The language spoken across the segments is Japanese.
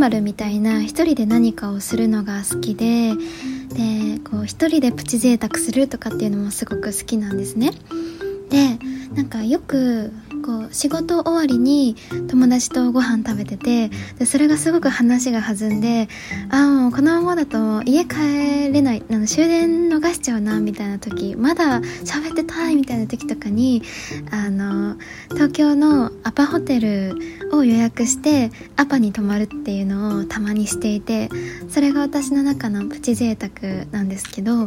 ○○みたいな一人で何かをするのが好きで、こう一人でプチ贅沢するとかっていうのもすごく好きなんですね。でなんかよくこう仕事終わりに友達とご飯食べてて、でそれがすごく話が弾んで、もうこのままだと家帰れない、終電逃しちゃうなみたいな時、まだ喋ってたいみたいな時とかに東京のアパホテルを予約してアパに泊まるっていうのをたまにしていて、それが私の中のプチ贅沢なんですけど、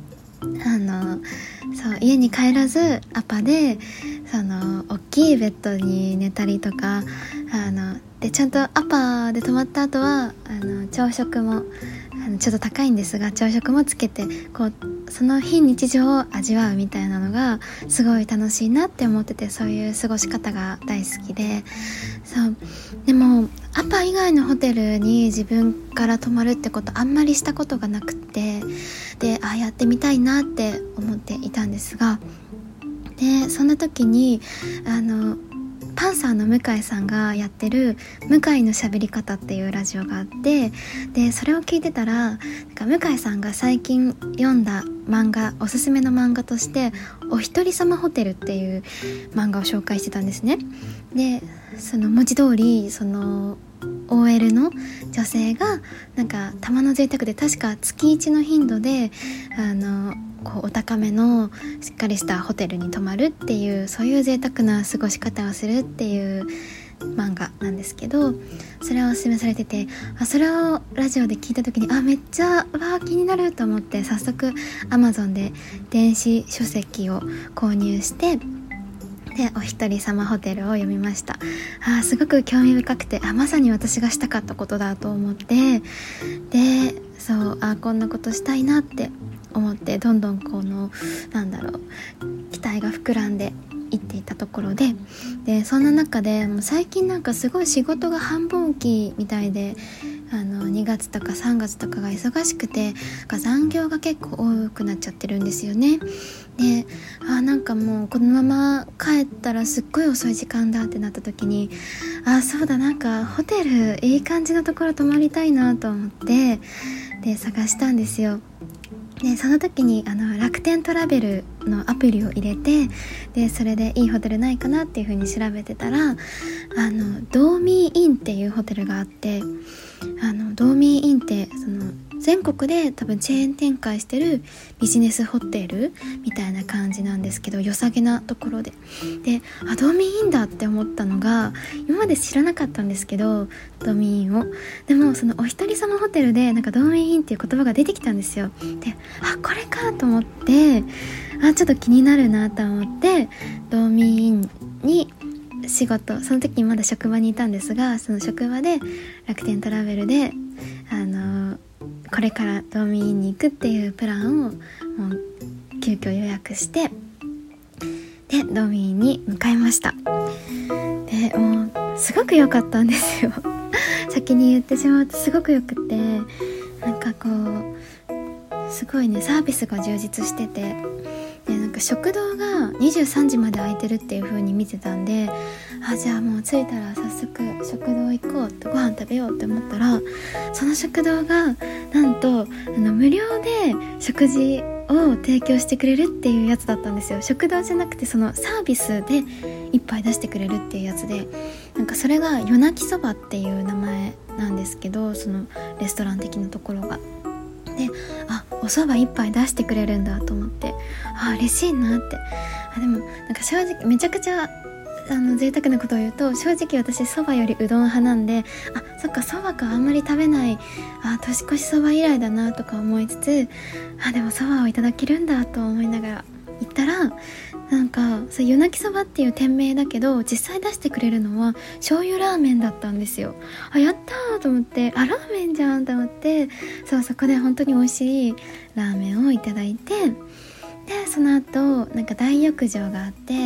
そう家に帰らずアパで大きいベッドに寝たりとか、でちゃんとアパで泊まった後は朝食もちょっと高いんですが朝食もつけてこうその非日常を味わうみたいなのがすごい楽しいなって思ってて、そういう過ごし方が大好きで、そうでもアパ以外のホテルに自分から泊まるってことあんまりしたことがなくて、でやってみたいなって思っていたんですが、でそんな時にパンサーの向井さんがやってる向井のしゃべり方っていうラジオがあって、でそれを聞いてたらなんか向井さんが最近読んだ漫画、おすすめの漫画としてお一人様ホテルっていう漫画を紹介してたんですね。でその文字通りその OL の女性がなんかたまの贅沢で確か月1の頻度でこうお高めのしっかりしたホテルに泊まるっていう、そういう贅沢な過ごし方をするっていう漫画なんですけど、それをお勧めされてて、それをラジオで聞いた時にめっちゃ気になると思って、早速 Amazon で電子書籍を購入してでお一人様ホテルを読みました。すごく興味深くてまさに私がしたかったことだと思って、でそうこんなことしたいなって思って、どんどんこの期待が膨らんでいっていたところで、そんな中でもう最近なんかすごい仕事が繁忙期みたいで、2月とか3月とかが忙しくて残業が結構多くなっちゃってるんですよね。でなんかもうこのまま帰ったらすっごい遅い時間だってなった時にそうだ、なんかホテルいい感じのところ泊まりたいなと思ってで探したんですよ。でその時に楽天トラベルのアプリを入れて、でそれでいいホテルないかなっていう風に調べてたらドーミーインっていうホテルがあって、ドーミーインってその全国で多分チェーン展開してるビジネスホテルみたいな感じなんですけど、良さげなところでドーミーインだって思ったのが、今まで知らなかったんですけどドーミーインを。でもそのお一人様ホテルでなんかドーミーインっていう言葉が出てきたんですよ。でこれかと思ってちょっと気になるなと思ってドーミーインに仕事、その時にまだ職場にいたんですが、その職場で楽天トラベルでこれからドーミーインに行くっていうプランをもう急遽予約して、でドーミーインに向かいました。でもうすごく良かったんですよ先に言ってしまうとすごく良くて、なんかこうすごいねサービスが充実してて、でなんか食堂が23時まで空いてるっていう風に見てたんで、じゃあもう着いたら早速食堂行こうってご飯食べようって思ったら、その食堂がなんと無料で食事を提供してくれるっていうやつだったんですよ。食堂じゃなくてそのサービスで一杯出してくれるっていうやつで、なんかそれが夜泣きそばっていう名前なんですけど、そのレストラン的なところがで、お蕎麦一杯出してくれるんだと思って、嬉しいなって。でもなんか正直めちゃくちゃ贅沢なことを言うと、正直私蕎麦よりうどん派なんで、そっか蕎麦かあんまり食べない、年越し蕎麦以来だなとか思いつつ、でも蕎麦をいただけるんだと思いながら行ったら、なんか夜泣きそばっていう店名だけど実際出してくれるのは醤油ラーメンだったんですよ。やったーと思って、ラーメンじゃんと思って、そこで本当に美味しいラーメンをいただいて、でその後なんか大浴場があって、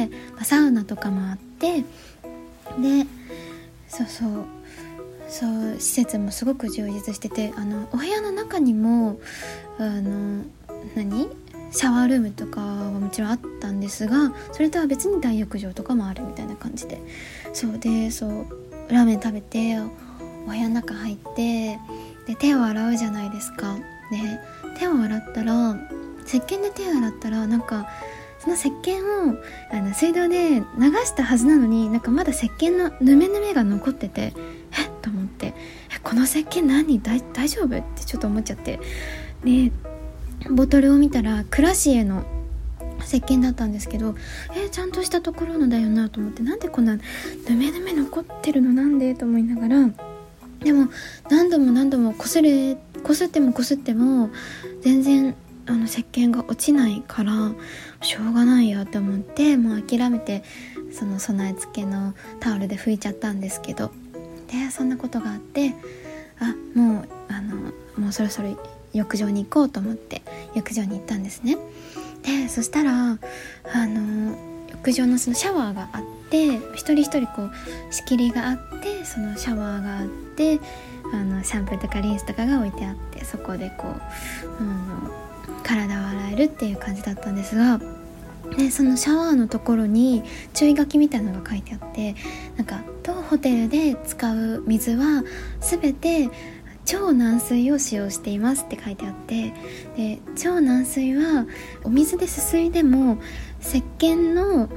サウナとかもあって、で施設もすごく充実してて、お部屋の中にもシャワールームとかはもちろんあったんですが、それとは別に大浴場とかもあるみたいな感じで、ラーメン食べてお部屋の中入ってで手を洗うじゃないですか。で手を洗ったら石鹸で手を洗ったらなんかその石鹸を水道で流したはずなのになんかまだ石鹸のヌメヌメが残っててと思ってこの石鹸大丈夫ってちょっと思っちゃってでボトルを見たらクラシエの石鹸だったんですけどちゃんとしたところのだよなと思ってなんでこんなヌメヌメ残ってるのなんでと思いながらでも何度もこすっても全然石鹸が落ちないからしょうがないやと思ってもう諦めてその備え付けのタオルで拭いちゃったんですけどでそんなことがあってもうそろそろ浴場に行こうと思って浴場に行ったんですね。でそしたら浴場のそのシャワーがあって一人一人こう仕切りがあってそのシャワーがあってシャンプーとかリンスとかが置いてあってそこでこう体を洗えるっていう感じだったんですがでそのシャワーのところに注意書きみたいなのが書いてあってなんか当ホテルで使う水は全て超軟水を使用していますって書いてあってで超軟水はお水ですすいでも石鹸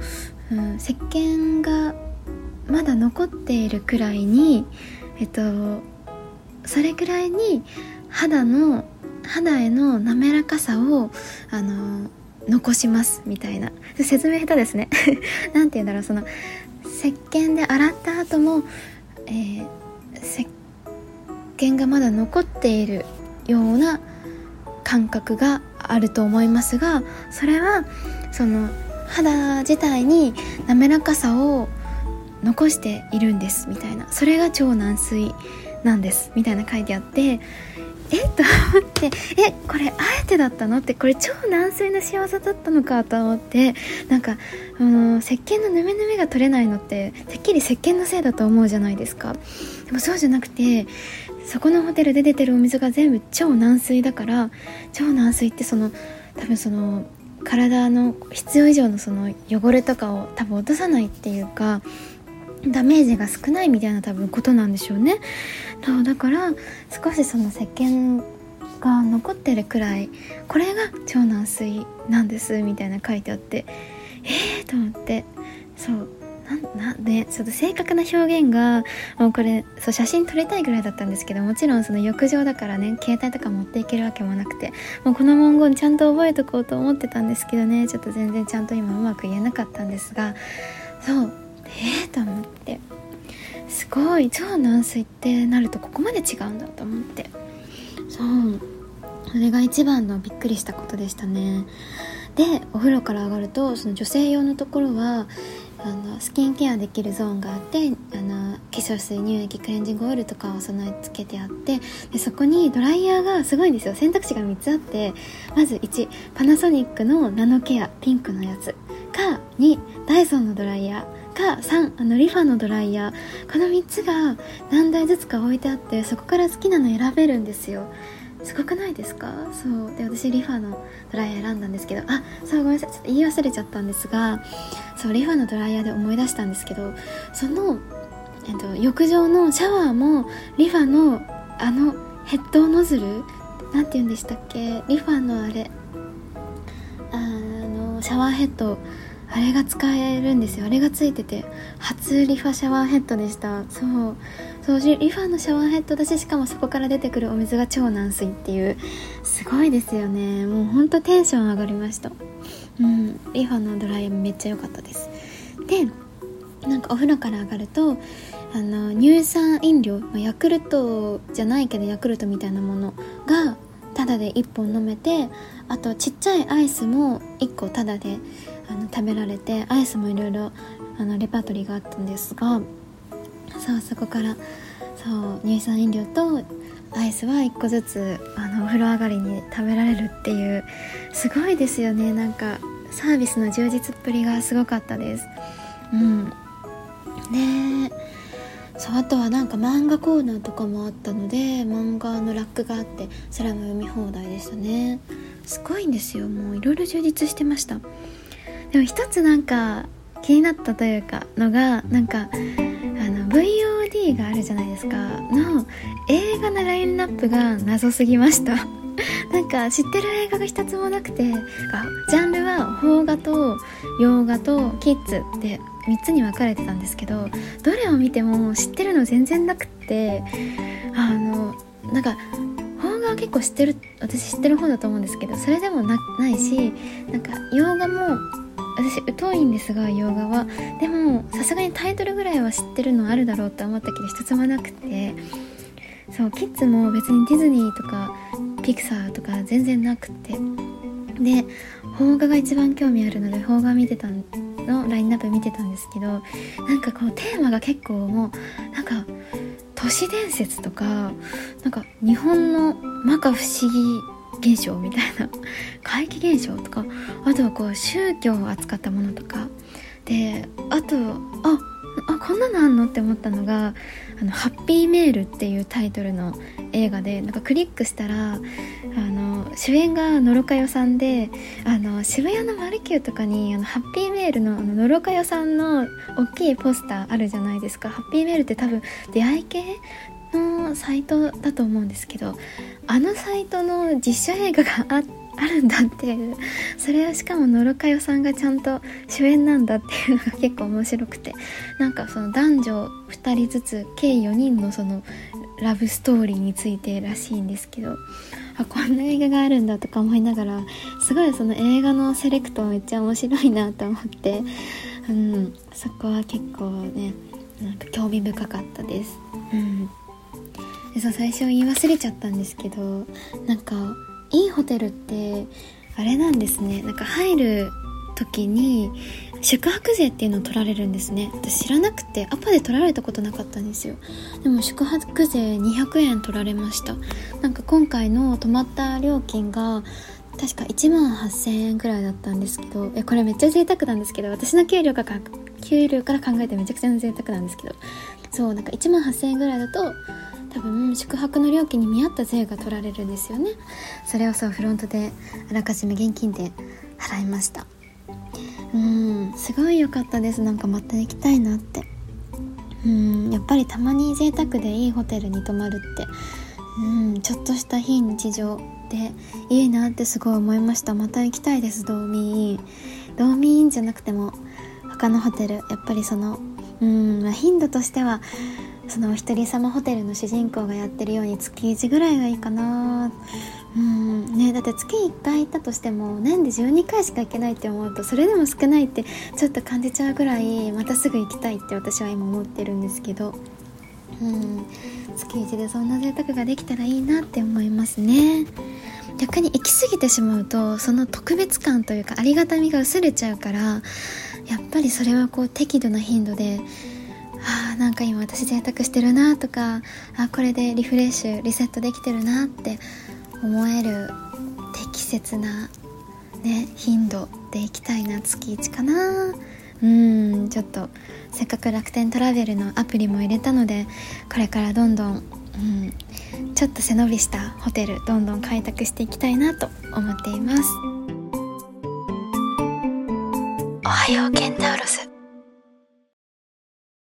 がまだ残っているくらいにそれくらいに肌への滑らかさを残しますみたいな説明下手ですねなんて言うんだろうその石鹸で洗った後も、石鹸がまだ残っているような感覚があると思いますがそれはその肌自体に滑らかさを残しているんですみたいなそれが超軟水なんですみたいな書いてあってと思ってこれあえてだったのってこれ超軟水の仕業だったのかと思ってなんか石鹸のヌメヌメが取れないのっててっきり石鹸のせいだと思うじゃないですか。でもそうじゃなくてそこのホテルで出てるお水が全部超軟水だから超軟水って多分その体の必要以上のその汚れとかを多分落とさないっていうかダメージが少ないみたいな多分ことなんでしょうね。だから少しその石鹸が残ってるくらいこれが超軟水なんですみたいな書いてあってと思ってそうちょっと正確な表現がもうこれ写真撮りたいぐらいだったんですけどもちろんその浴場だからね携帯とか持っていけるわけもなくてもうこの文言ちゃんと覚えとこうと思ってたんですけどねちょっと全然ちゃんと今うまく言えなかったんですがそうと思ってすごい超軟水ってなるとここまで違うんだと思ってそうそれが一番のびっくりしたことでしたね。でお風呂から上がるとその女性用のところはスキンケアできるゾーンがあって化粧水乳液クレンジングオイルとかを備え付けてあってでそこにドライヤーがすごいんですよ。選択肢が3つあってまず1パナソニックのナノケアピンクのやつか2ダイソンのドライヤーか3リファのドライヤーこの3つが何台ずつか置いてあってそこから好きなの選べるんですよ。すごくないですか？そうで私リファのドライヤー選んだんですけどそうごめんなさいちょっと言い忘れちゃったんですがそうリファのドライヤーで思い出したんですけどその、浴場のシャワーもリファのヘッドノズルなんて言うんでしたっけリファのシャワーヘッドあれが使えるんですよ。あれがついてて初リファシャワーヘッドでした。そうリファのシャワーヘッドだししかもそこから出てくるお水が超軟水っていうすごいですよね。もうほんとテンション上がりました。リファのドライヤーめっちゃ良かったです。でなんかお風呂から上がると乳酸飲料ヤクルトじゃないけどヤクルトみたいなものがタダで1本飲めてあとちっちゃいアイスも1個タダで食べられてアイスもいろいろレパートリーがあったんですがそこから乳酸飲料とアイスは1個ずつお風呂上がりに食べられるっていうすごいですよね。なんかサービスの充実っぷりがすごかったです。であとはなんか漫画コーナーとかもあったので漫画のラックがあってそれも読み放題でしたね。すごいんですよ。もういろいろ充実してました。でも一つなんか気になったというかのがなんかVOD リがあるじゃないですかの映画のラインナップが謎すぎましたなんか知ってる映画が一つもなくて、ジャンルは邦画と洋画とキッズで3つに分かれてたんですけど、どれを見ても知ってるの全然なくて、なんか邦画は結構私知ってる方だと思うんですけど、それでもないし、なんか洋画も私疎いんですが、洋画はでもさすがにタイトルぐらいは知ってるのあるだろうと思ったけど一つもなくて、そうキッズも別にディズニーとかピクサーとか全然なくて、で邦画が一番興味あるので邦画のラインナップ見てたんですけど、なんかこうテーマが結構もうなんか都市伝説とか、なんか日本の摩訶不思議現象みたいな怪奇現象とか、あとはこう宗教を扱ったものとかで、あとこんなのあんのって思ったのがハッピーメールっていうタイトルの映画で、なんかクリックしたら主演が野呂佳代さんで、渋谷のマルキューとかにハッピーメールの野呂佳代さんの大きいポスターあるじゃないですか。ハッピーメールって多分出会い系のサイトだと思うんですけど、あのサイトの実写映画があるんだっていう、それはしかも野呂佳代さんがちゃんと主演なんだっていうのが結構面白くて、なんかその男女2人ずつ計4人のそのラブストーリーについてらしいんですけど、こんな映画があるんだとか思いながら、すごいその映画のセレクトめっちゃ面白いなと思って、そこは結構ね、なんか興味深かったです。で最初言い忘れちゃったんですけど、なんかいいホテルってあれなんですね、なんか入る時に宿泊税っていうのを取られるんですね。私知らなくてアパで取られたことなかったんですよ。でも宿泊税200円取られました。なんか今回の泊まった料金が確か1万8000円くらいだったんですけど、これめっちゃ贅沢なんですけど、私の給料から考えてめちゃくちゃ贅沢なんですけど、そうなんか1万8000円ぐらいだと多分宿泊の料金に見合った税が取られるんですよね。それをフロントであらかじめ現金で払いました。すごい良かったです。なんかまた行きたいなって。やっぱりたまに贅沢でいいホテルに泊まるってちょっとした非日常でいいなってすごい思いました。また行きたいです。ドーミーンじゃなくても他のホテル、やっぱりその頻度としてはそのお一人様ホテルの主人公がやってるように月1ぐらいがいいかな。だって月1回行ったとしても年で12回しか行けないって思うと、それでも少ないってちょっと感じちゃうぐらい、またすぐ行きたいって私は今思ってるんですけど、月1でそんな贅沢ができたらいいなって思いますね。逆に行き過ぎてしまうとその特別感というかありがたみが薄れちゃうから、やっぱりそれはこう適度な頻度で、なんか今私贅沢してるなとか、これでリフレッシュリセットできてるなって思える適切な頻度で行きたいな。月1かな。ちょっとせっかく楽天トラベルのアプリも入れたので、これからどんどん、ちょっと背伸びしたホテルどんどん開拓していきたいなと思っています。おはようケンタウロス。